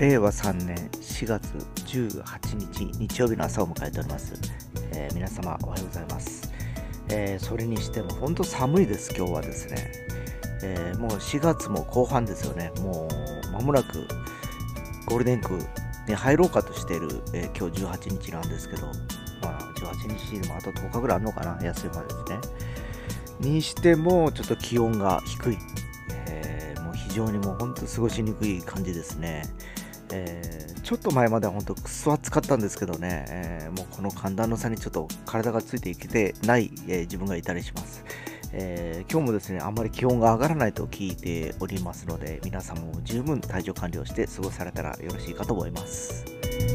令和3年4月18日日曜日の朝を迎えております。皆様おはようございます。それにしても本当寒いです。今日はですね、もう4月も後半ですよね。もう間もなくゴールデンウィークに入ろうかとしている、今日18日なんですけど、18日でもあと10日ぐらいあるのかな、休みまでですね。にしてもちょっと気温が低い、もう非常にもう本当過ごしにくい感じですね。ちょっと前までは本当くそ暑かったんですけどね、もうこの寒暖の差にちょっと体がついていけてない、自分がいたりします。今日もですね、あんまり気温が上がらないと聞いておりますので、皆さんも十分体調管理をして過ごされたらよろしいかと思います。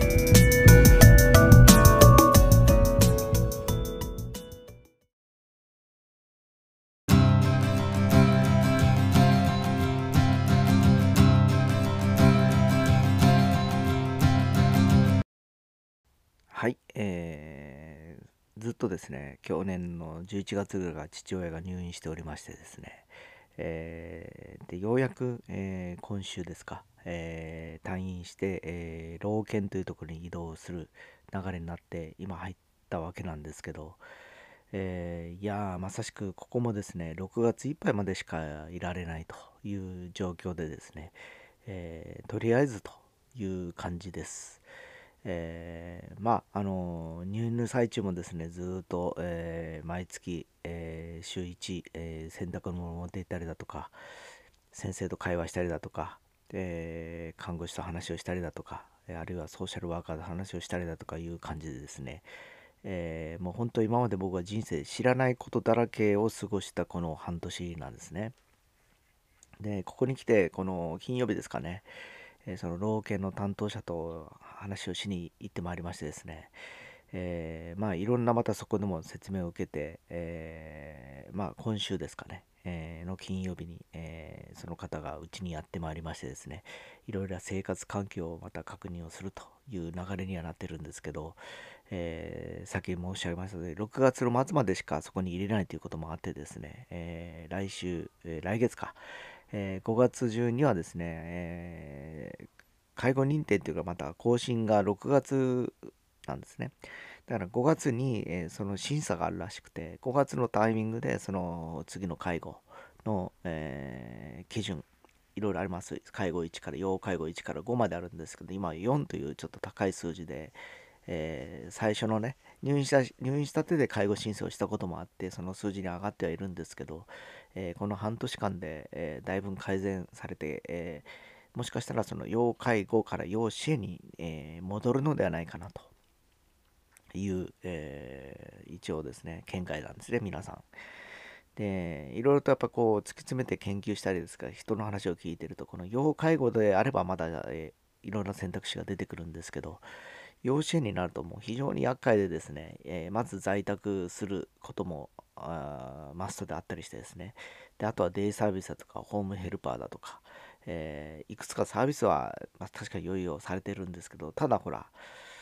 はい、ずっとですね、去年の11月ぐらいから父親が入院しておりましてですね、でようやく、今週ですか、退院して、老犬というところに移動する流れになって今入ったわけなんですけど、いやーまさしくここもですね6月いっぱいまでしかいられないという状況でですね、とりあえずという感じです。入院の最中もですねずーっと、毎月、週1、洗濯物を持って行ったりだとか、先生と会話したりだとか、看護師と話をしたりだとか、あるいはソーシャルワーカーと話をしたりだとかいう感じでですね、もう本当今まで僕は人生知らないことだらけを過ごしたこの半年なんですね。でここに来てこの金曜日ですかね、その老犬の担当者と話をしに行ってまいりましてですね、いろんなまたそこでも説明を受けて、今週ですかね、の金曜日に、その方がうちにやってまいりましてですね、いろいろな生活環境をまた確認をするという流れにはなってるんですけど、さっき申し上げましたので6月の末までしかそこに入れないということもあってですね、来月か、5月中にはですね、介護認定というかまた更新が6月なんですね。だから5月に、その審査があるらしくて、5月のタイミングでその次の介護の、基準いろいろあります。介護1から要介護1から5まであるんですけど、今4というちょっと高い数字で、最初のね入院したてで介護申請をしたこともあってその数字に上がってはいるんですけど、この半年間で、だいぶ改善されて、もしかしたらその要介護から要支援に、戻るのではないかなという、一応ですね見解なんですね皆さん。でいろいろとやっぱこう突き詰めて研究したりですから人の話を聞いてるとこの要介護であればまだ、いろんな選択肢が出てくるんですけど、要支援になるともう非常に厄介でですね、まず在宅することもマストであったりしてですね、であとはデイサービスだとかホームヘルパーだとか、いくつかサービスは、確かに用意をされてるんですけど、ただほら、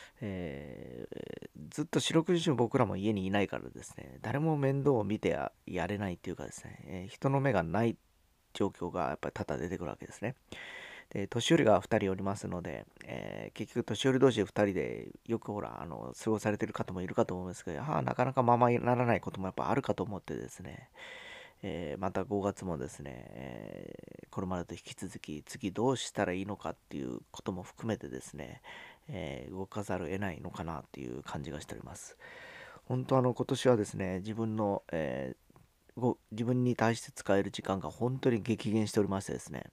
ずっと四六時中僕らも家にいないからですね、誰も面倒を見てやれないっていうかですね、人の目がない状況がやっぱり多々出てくるわけですね。で年寄りが2人おりますので、結局年寄り同士で2人でよくほら過ごされてる方もいるかと思いますけど、なかなかままにならないこともやっぱあるかと思ってですね、また5月もですね、これまでと引き続き次どうしたらいいのかっていうことも含めてですね、動かざるを得ないのかなっていう感じがしております。本当今年はですね自分の、自分に対して使える時間が本当に激減しておりましてですね、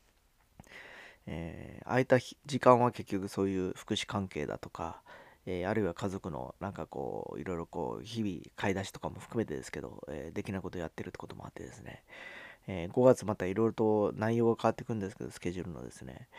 空いた時間は結局そういう福祉関係だとか、あるいは家族のなんかこういろいろこう日々買い出しとかも含めてですけど、できないことをやってるってこともあってですね、5月またいろいろと内容が変わってくるんですけどスケジュールのですね、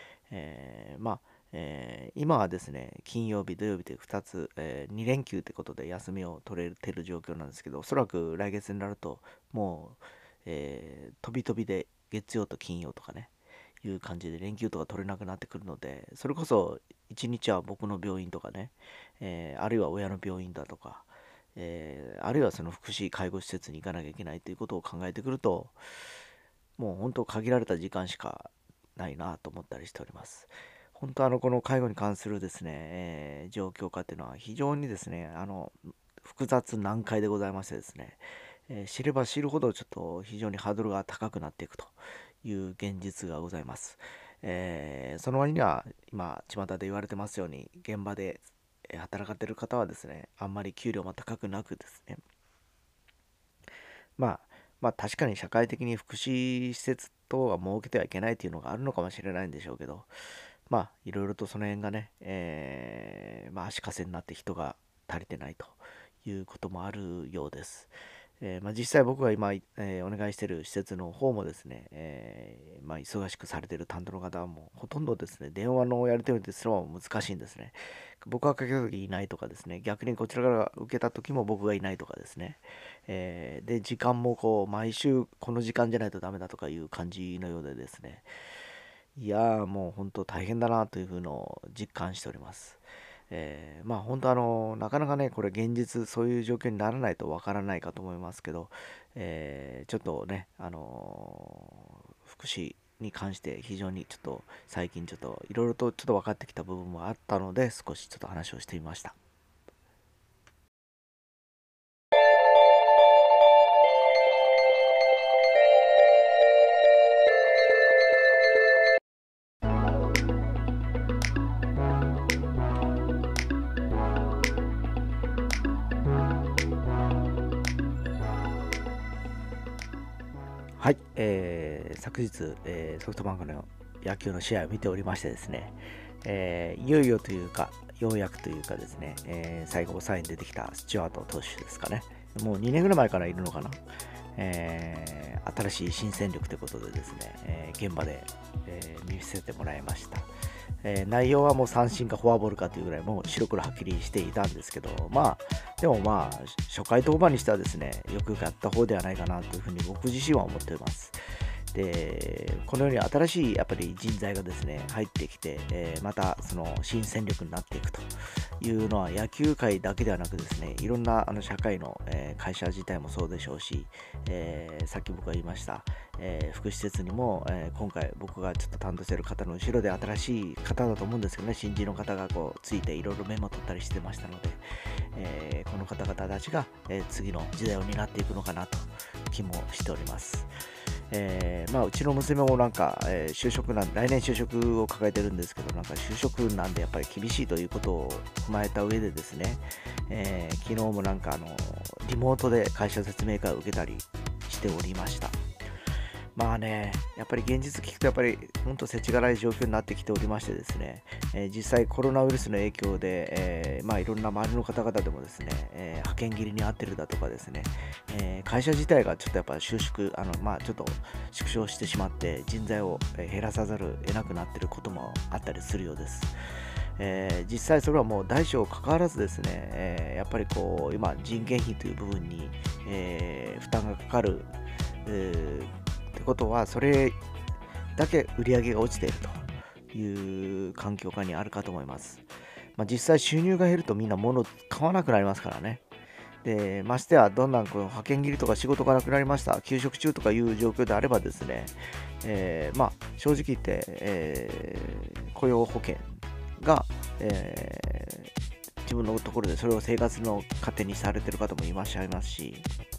今はですね金曜日土曜日で2つ、2連休ってことで休みを取れてる状況なんですけど、おそらく来月になるともう、飛び飛びで月曜と金曜とかねいう感じで連休とか取れなくなってくるので、それこそ一日は僕の病院とかね、あるいは親の病院だとか、あるいはその福祉介護施設に行かなきゃいけないということを考えてくると、もう本当限られた時間しかないなと思ったりしております。 本当この介護に関するですね、状況下っていうのは非常にですね、複雑難解でございましてですね、知れば知るほどちょっと非常にハードルが高くなっていくという現実がございます。その割には今巷で言われてますように、現場で働かれてる方はですね、あんまり給料も高くなくですね、まあ確かに社会的に福祉施設等は設けてはいけないというのがあるのかもしれないんでしょうけど、いろいろとその辺がね、足かせになって人が足りてないということもあるようです。実際僕が今、お願いしている施設の方もですね、忙しくされている担当の方はもうほとんどですね、電話のやり取りですらも難しいんですね。僕がかけた時いないとかですね、逆にこちらから受けた時も僕がいないとかですね、で、時間もこう、毎週この時間じゃないとダメだとかいう感じのようでですね、いやーもう本当大変だなというふうのを実感しております。本当なかなかね、これ現実そういう状況にならないとわからないかと思いますけど、ちょっとね、福祉に関して非常にちょっと最近ちょっといろいろとちょっと分かってきた部分もあったので、少しちょっと話をしてみました。はい、昨日、ソフトバンクの野球の試合を見ておりましてですね、いよいよというか、ようやくというかですね、最後抑えに出てきたスチュワート投手ですかね。もう2年ぐらい前からいるのかな。新しい新戦力ということでですね、現場で、見せてもらいました。内容はもう三振かフォアボールかというぐらいもう白黒はっきりしていたんですけど、でも初回登板にしてはですね、よくやった方ではないかなというふうに僕自身は思っております。で、このように新しいやっぱり人材がですね、入ってきて、またその新戦力になっていくというのは野球界だけではなくですね、いろんな社会の、会社自体もそうでしょうし、さっき僕が言いました、福祉施設にも、今回僕がちょっと担当している方の後ろで新しい方だと思うんですけどね、新人の方がこうついていろいろメモ取ったりしてましたので、この方々たちが、次の時代を担っていくのかなと気もしております。うちの娘もなんか、就職来年就職を抱えてるんですけど、なんか就職なんでやっぱり厳しいということを踏まえた上でですね、昨日もなんかリモートで会社説明会を受けたりしておりました。やっぱり現実聞くとやっぱり本当世知辛い状況になってきておりましてですね、実際コロナウイルスの影響で、いろんな周りの方々でもですね、派遣切りに遭ってるだとかですね、会社自体がちょっとやっぱ収縮、ちょっと縮小してしまって人材を減らさざるを得なくなっていることもあったりするようです。実際それはもう大小関わらずですね、やっぱりこう今人件費という部分に、負担がかかる、ってことはそれだけ売り上げが落ちているという環境下にあるかと思います。実際収入が減るとみんな物を買わなくなりますからね。で、ましてやどんなこの派遣切りとか仕事がなくなりました、休職中とかいう状況であればですね、正直言って、雇用保険が、自分のところでそれを生活の糧にされている方もいらっしゃいますし、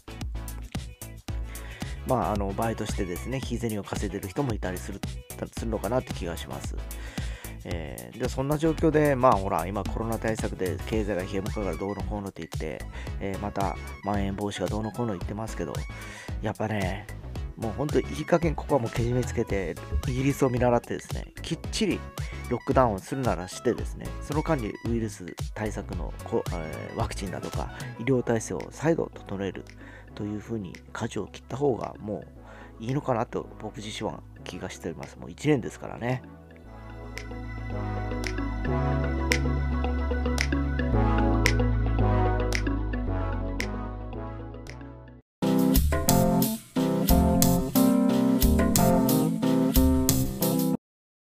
バイトしてですね、日銭を稼いでる人もいたりするのかなって気がします。で、そんな状況で、ほら、今コロナ対策で経済が冷え向かうからどうのこうのって言って、また、まん延防止がどうのこうの言ってますけど、やっぱね、もう本当にいい加減ここはもうけじめつけて、イギリスを見習ってですね、きっちりロックダウンをするならしてですね、その間にウイルス対策のワクチンだとか医療体制を再度整えるというふうに舵を切った方がもういいのかなと僕自身は気がしております。もう1年ですからね。